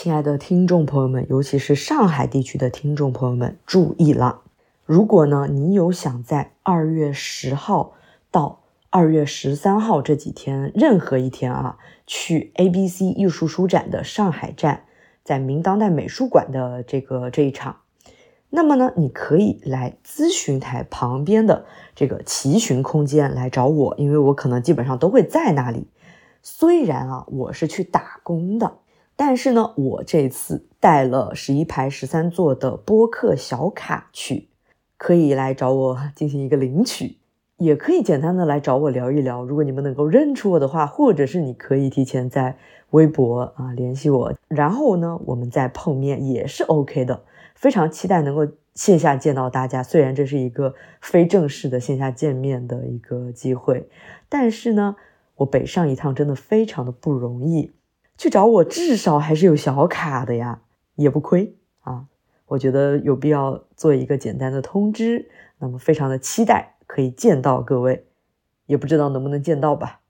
亲爱的听众朋友们，尤其是上海地区的听众朋友们，注意了！如果呢，你有想在2月10号到2月13号这几天，任何一天啊，去 ABC 艺术书展的上海站，在明当代美术馆的这一场，那么呢，你可以来咨询台旁边的这个齐寻空间来找我，因为我可能基本上都会在那里。虽然啊，我是去打工的，但是呢，我这次带了11排13座的播客小卡去，可以来找我进行一个领取，也可以简单的来找我聊一聊。如果你们能够认出我的话，或者是你可以提前在微博联系我，然后呢，我们再碰面也是 OK 的。非常期待能够线下见到大家，虽然这是一个非正式的线下见面的一个机会，但是呢，我北上一趟真的非常的不容易，去找我至少还是有小卡的呀，也不亏啊。我觉得有必要做一个简单的通知，那么非常的期待可以见到各位，也不知道能不能见到吧。